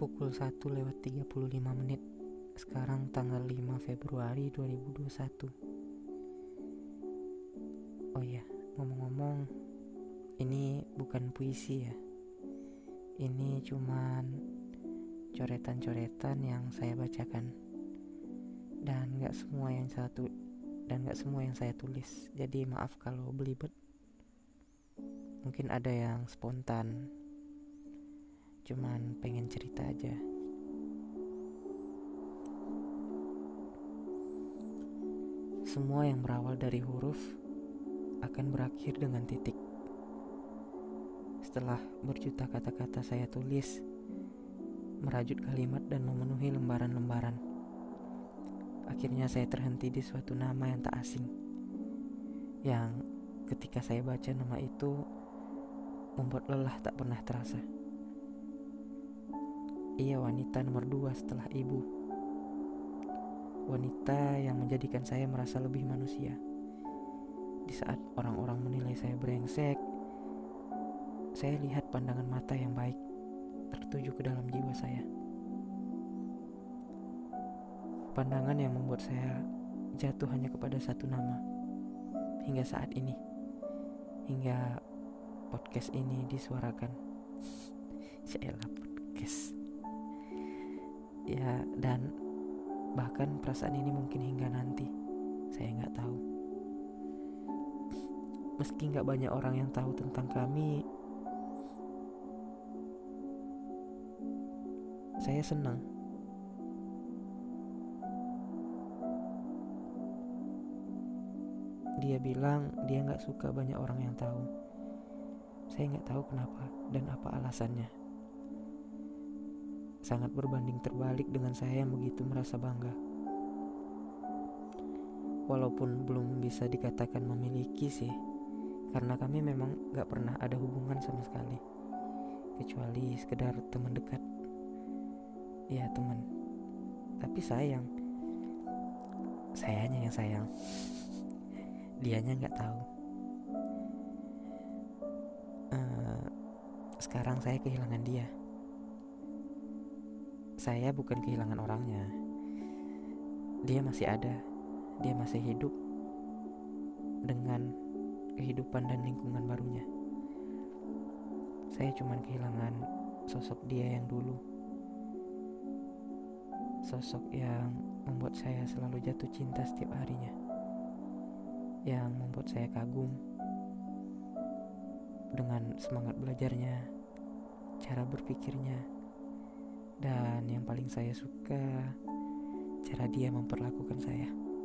Pukul 1:35. Sekarang tanggal 5 Februari 2021. Oh iya, ngomong-ngomong, ini bukan puisi ya. Ini cuman coretan-coretan yang saya bacakan. Dan gak semua yang saya tulis. Jadi maaf kalau belibet. Mungkin ada yang spontan, cuman pengen cerita aja. Semua yang berawal dari huruf akan berakhir dengan titik. Setelah berjuta kata-kata saya tulis, merajut kalimat dan memenuhi lembaran-lembaran, akhirnya saya terhenti di suatu nama yang tak asing, yang ketika saya baca nama itu membuat lelah tak pernah terasa. Ia wanita nomor 2 setelah ibu. Wanita yang menjadikan saya merasa lebih manusia. Di saat orang-orang menilai saya brengsek, saya lihat pandangan mata yang baik tertuju ke dalam jiwa saya. Pandangan yang membuat saya jatuh hanya kepada satu nama hingga saat ini, hingga podcast ini disuarakan. Yaelah, podcast. Ya, dan bahkan perasaan ini mungkin hingga nanti, saya gak tahu. Meski gak banyak orang yang tahu tentang kami, saya senang. Dia bilang dia gak suka banyak orang yang tahu. Saya gak tahu kenapa dan apa alasannya. Sangat berbanding terbalik dengan saya yang begitu merasa bangga. Walaupun belum bisa dikatakan memiliki sih, karena kami memang gak pernah ada hubungan sama sekali, kecuali sekedar teman dekat. Ya, teman. Tapi sayang, sayanya yang sayang. Dianya gak tahu. Sekarang saya kehilangan dia. Saya bukan kehilangan orangnya. Dia masih ada. Dia masih hidup dengan kehidupan dan lingkungan barunya. Saya cuma kehilangan sosok dia yang dulu. Sosok yang membuat saya selalu jatuh cinta setiap harinya. Yang membuat saya kagum dengan semangat belajarnya, cara berpikirnya, dan yang paling saya suka, cara dia memperlakukan saya.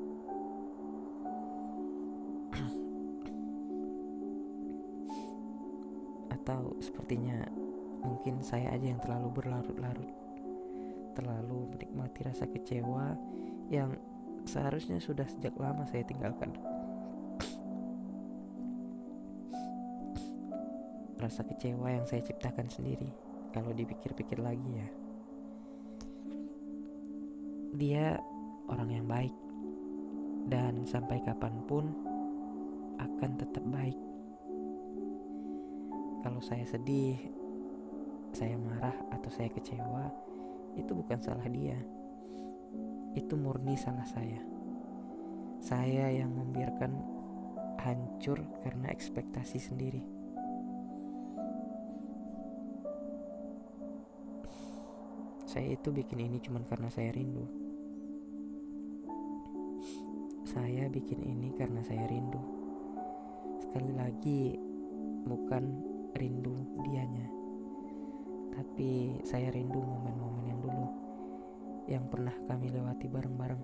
Atau sepertinya mungkin saya aja yang terlalu berlarut-larut, terlalu menikmati rasa kecewa yang seharusnya sudah sejak lama saya tinggalkan. Rasa kecewa yang saya ciptakan sendiri. Kalau dipikir-pikir lagi ya, dia orang yang baik, dan sampai kapanpun akan tetap baik. Kalau saya sedih, saya marah, atau saya kecewa, itu bukan salah dia. Itu murni salah saya. Saya yang membiarkan hancur karena ekspektasi sendiri. Saya itu bikin ini cuma karena saya rindu. Saya bikin ini karena saya rindu. Sekali lagi, bukan rindu dianya, tapi saya rindu momen-momen yang dulu, yang pernah kami lewati bareng-bareng.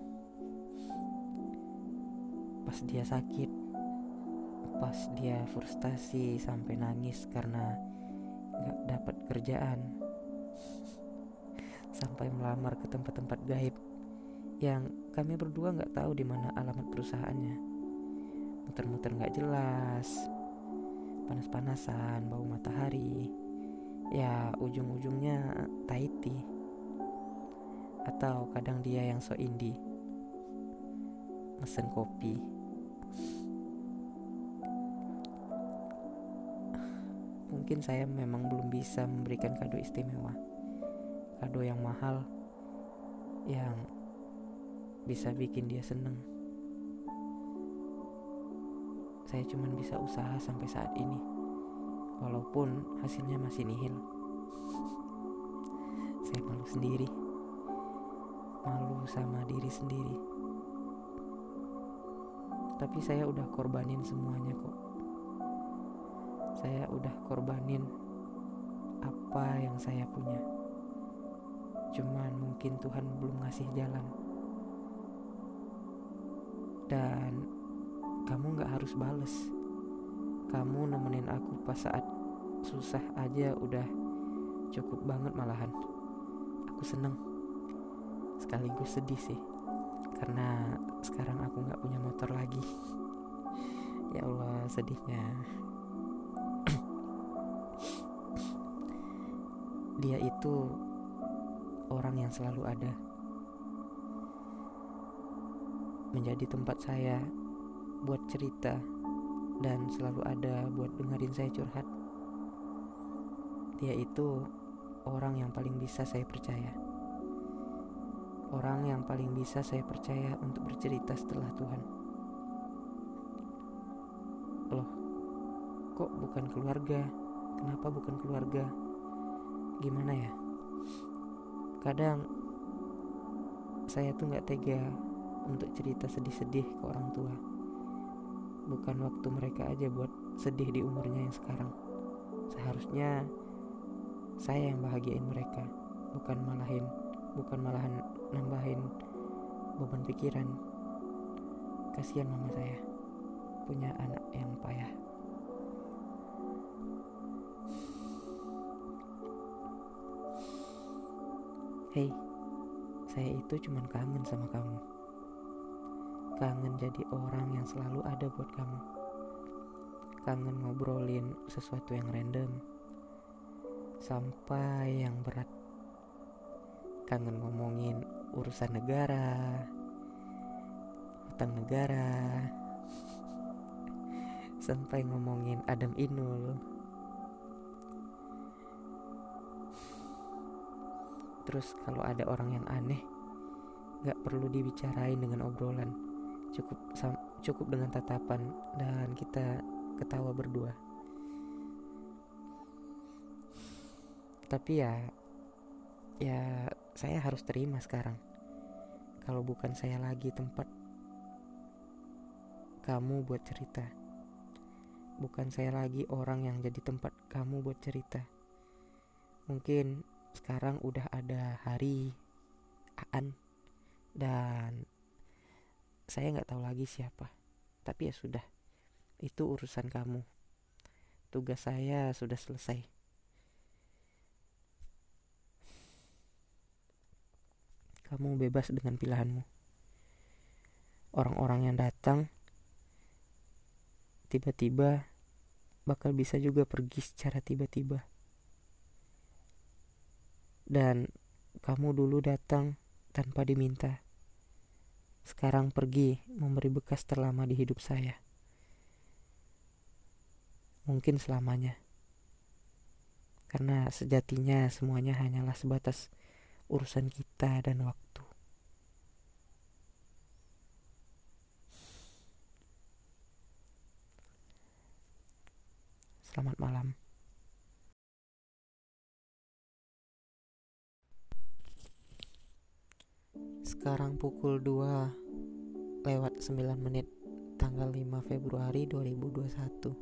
Pas dia sakit, pas dia frustasi sampai nangis karena gak dapat kerjaan, sampai melamar ke tempat-tempat gaib yang kami berdua gak tahu di mana alamat perusahaannya. Muter-muter gak jelas, panas-panasan, bau matahari, ya ujung-ujungnya Tahiti. Atau kadang dia yang so indie, mesen kopi. Mungkin saya memang belum bisa memberikan kado istimewa, kado yang mahal yang bisa bikin dia seneng. Saya cuma bisa usaha sampai saat ini, walaupun hasilnya masih nihil. Saya malu sendiri, malu sama diri sendiri. Tapi saya udah korbanin semuanya kok. Saya udah korbanin apa yang saya punya. Cuman mungkin Tuhan belum ngasih jalan. Dan kamu gak harus bales. Kamu nemenin aku pas saat susah aja udah cukup banget malahan. Aku seneng, sekaligus sedih sih, karena sekarang aku gak punya motor lagi. Ya Allah, sedihnya. Dia itu orang yang selalu ada, menjadi tempat saya buat cerita, dan selalu ada buat dengerin saya curhat. Dia itu orang yang paling bisa saya percaya, orang yang paling bisa saya percaya untuk bercerita setelah Tuhan. Loh, kok bukan keluarga? Kenapa bukan keluarga? Gimana ya? Kadang saya tuh gak tega untuk cerita sedih-sedih ke orang tua. Bukan waktu mereka aja buat sedih di umurnya yang sekarang. Seharusnya saya yang bahagiain mereka, bukan malahan nambahin beban pikiran. Kasihan mama saya punya anak yang payah. Hei, saya itu cuman kangen sama kamu. Kangen jadi orang yang selalu ada buat kamu. Kangen ngobrolin sesuatu yang random sampai yang berat. Kangen ngomongin urusan negara, hutang negara, sampai ngomongin Adam Inul. Terus kalau ada orang yang aneh, gak perlu dibicarain dengan obrolan, cukup dengan tatapan dan kita ketawa berdua. Tapi ya saya harus terima sekarang. Kalau bukan saya lagi tempat kamu buat cerita, bukan saya lagi orang yang jadi tempat kamu buat cerita. Mungkin sekarang udah ada Hari, Aan, dan saya gak tahu lagi siapa. Tapi ya sudah, itu urusan kamu. Tugas saya sudah selesai. Kamu bebas dengan pilihanmu. Orang-orang yang datang tiba-tiba bakal bisa juga pergi secara tiba-tiba. Dan kamu dulu datang tanpa diminta, sekarang pergi memberi bekas terlama di hidup saya. Mungkin selamanya. Karena sejatinya semuanya hanyalah sebatas urusan kita dan waktu. Selamat malam. Sekarang pukul 2:09, tanggal 5 Februari 2021.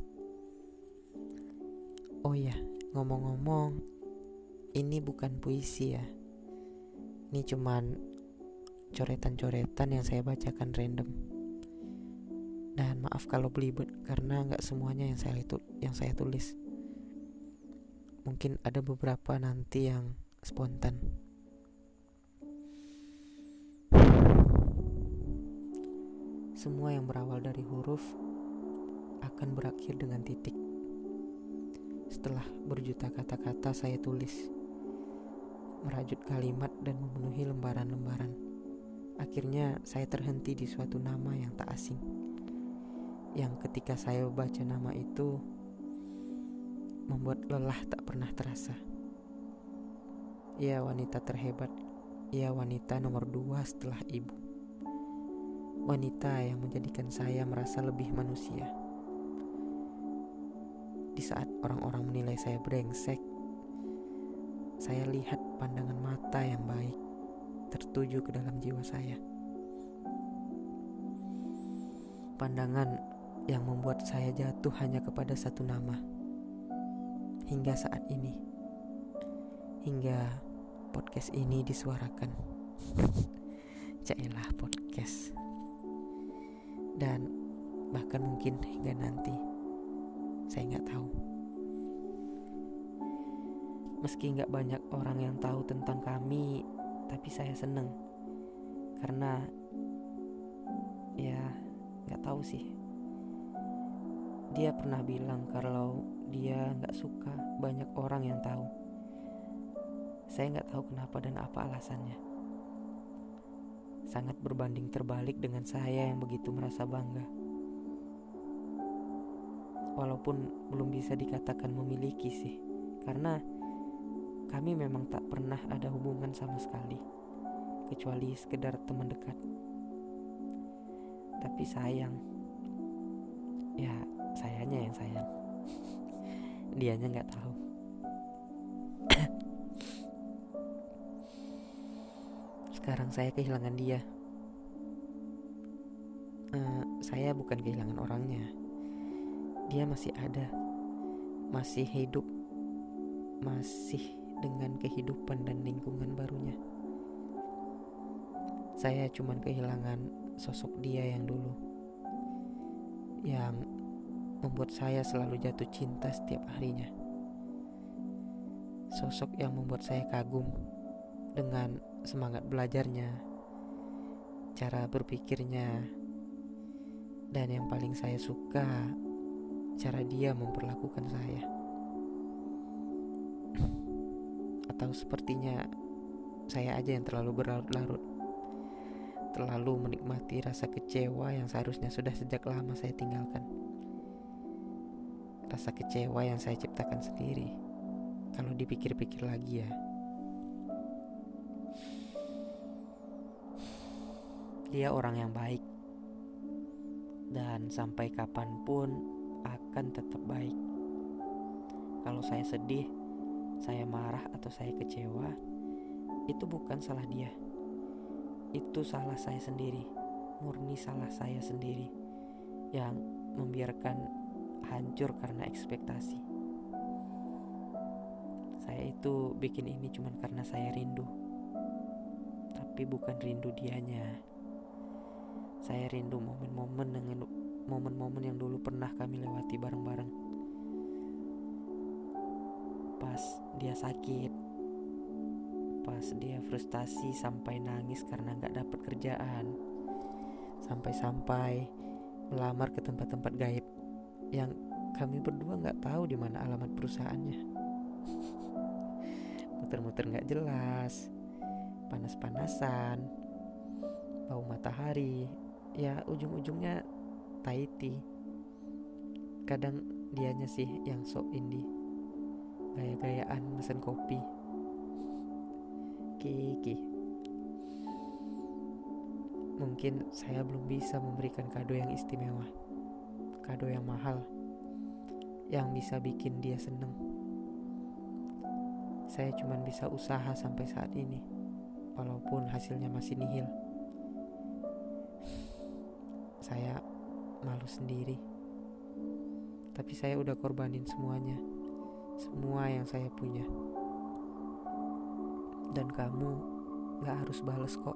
Oh ya, ngomong-ngomong, ini bukan puisi ya. Ini cuman coretan-coretan yang saya bacakan random. Dan maaf kalau belibet karena gak semuanya yang saya tulis. Mungkin ada beberapa nanti yang spontan. Semua yang berawal dari huruf akan berakhir dengan titik. Setelah berjuta kata-kata saya tulis, merajut kalimat dan memenuhi lembaran-lembaran. Akhirnya saya terhenti di suatu nama yang tak asing, yang ketika saya baca nama itu membuat lelah tak pernah terasa. Ia wanita terhebat. Ia wanita nomor 2 setelah ibu. Wanita yang menjadikan saya merasa lebih manusia. Di saat orang-orang menilai saya brengsek, saya lihat pandangan mata yang baik tertuju ke dalam jiwa saya. Pandangan yang membuat saya jatuh hanya kepada satu nama. Hingga saat ini. Hingga podcast ini disuarakan. Cailah podcast. Dan bahkan mungkin hingga nanti. Saya gak tahu. Meski gak banyak orang yang tahu tentang kami, tapi saya seneng. Karena ya gak tahu sih. Dia pernah bilang kalau dia gak suka banyak orang yang tahu. Saya gak tahu kenapa dan apa alasannya. Sangat berbanding terbalik dengan saya yang begitu merasa bangga. Walaupun belum bisa dikatakan memiliki sih. Karena kami memang tak pernah ada hubungan sama sekali. Kecuali sekedar teman dekat. Tapi sayang. Ya sayanya yang sayang. Dianya gak tahu. Sekarang saya kehilangan dia. Saya bukan kehilangan orangnya. Dia masih ada. Masih hidup. Masih dengan kehidupan dan lingkungan barunya. Saya cuman kehilangan sosok dia yang dulu. Yang membuat saya selalu jatuh cinta setiap harinya. Sosok yang membuat saya kagum dengan semangat belajarnya, cara berpikirnya, dan yang paling saya suka, cara dia memperlakukan saya. Atau sepertinya saya aja yang terlalu berlarut-larut, terlalu menikmati rasa kecewa yang seharusnya sudah sejak lama saya tinggalkan. Rasa kecewa yang saya ciptakan sendiri. Kalau dipikir-pikir lagi ya, dia orang yang baik dan sampai kapanpun akan tetap baik. Kalau saya sedih, saya marah atau saya kecewa, itu bukan salah dia. Itu salah saya sendiri. Murni salah saya sendiri yang membiarkan hancur karena ekspektasi. Saya itu bikin ini cuman karena saya rindu. Tapi bukan rindu dianya. Saya rindu momen-momen yang dulu pernah kami lewati bareng-bareng. Pas dia sakit, pas dia frustasi sampai nangis karena gak dapat kerjaan, sampai-sampai melamar ke tempat-tempat gaib yang kami berdua gak tahu di mana alamat perusahaannya. Muter-muter gak jelas, panas-panasan, bau matahari. Ya ujung-ujungnya Tahiti. Kadang dianya sih yang sok indie, gaya-gayaan mesen kopi. Kiki. Mungkin saya belum bisa memberikan kado yang istimewa, kado yang mahal, yang bisa bikin dia seneng. Saya cuma bisa usaha sampai saat ini, walaupun hasilnya masih nihil. Saya malu sendiri. Tapi saya udah korbanin semuanya. Semua yang saya punya. Dan kamu gak harus bales kok.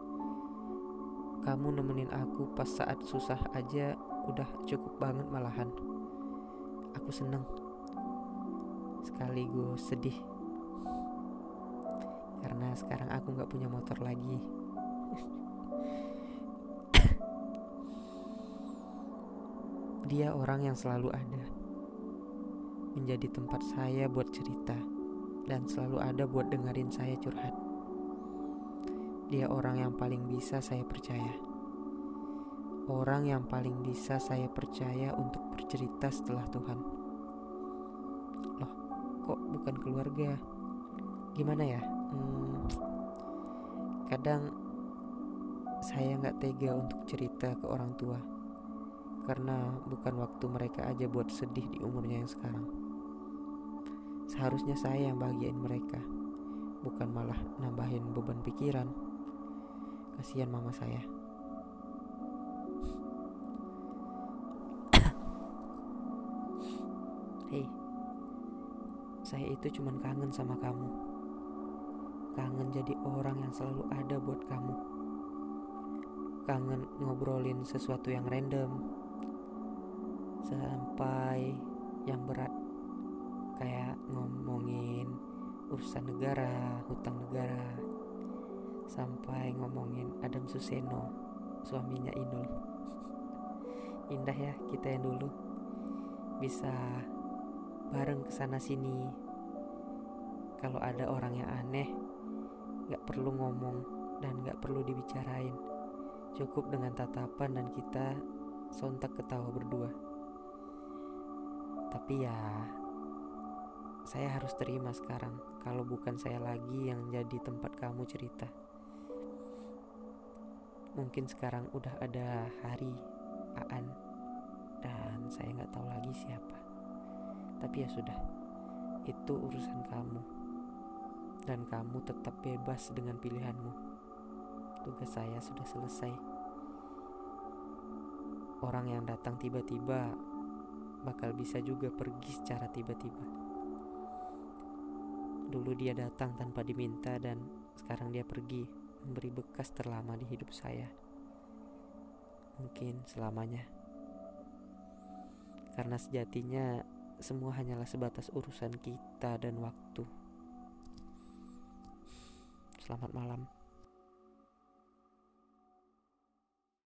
Kamu nemenin aku pas saat susah aja udah cukup banget malahan. Aku seneng. Sekaligus sedih. Karena sekarang aku gak punya motor lagi. Dia orang yang selalu ada, menjadi tempat saya buat cerita, dan selalu ada buat dengerin saya curhat. Dia orang yang paling bisa saya percaya. Orang yang paling bisa saya percaya untuk bercerita setelah Tuhan. Loh, kok bukan keluarga? Gimana ya? Hmm, Kadang saya nggak tega untuk cerita ke orang tua, karena bukan waktu mereka aja buat sedih di umurnya yang sekarang. Seharusnya saya yang bahagiain mereka, bukan malah nambahin beban pikiran. Kasihan mama saya. Hei, saya itu cuman kangen sama kamu. Kangen jadi orang yang selalu ada buat kamu. Kangen ngobrolin sesuatu yang random, sampai yang berat, kayak ngomongin urusan negara, hutang negara, sampai ngomongin Adam Suseno, suaminya Inul. Indah ya kita yang dulu bisa bareng kesana sini. Kalau ada orang yang aneh, gak perlu ngomong dan gak perlu dibicarain. Cukup dengan tatapan dan kita sontak ketawa berdua. Tapi ya, saya harus terima sekarang kalau bukan saya lagi yang jadi tempat kamu cerita. Mungkin sekarang udah ada Hari, Aan, dan saya gak tahu lagi siapa. Tapi ya sudah, itu urusan kamu. Dan kamu tetap bebas dengan pilihanmu. Tugas saya sudah selesai. Orang yang datang tiba-tiba bakal bisa juga pergi secara tiba-tiba. Dulu dia datang tanpa diminta dan sekarang dia pergi, memberi bekas terlama di hidup saya. Mungkin selamanya. Karena sejatinya semua hanyalah sebatas urusan kita dan waktu. Selamat malam.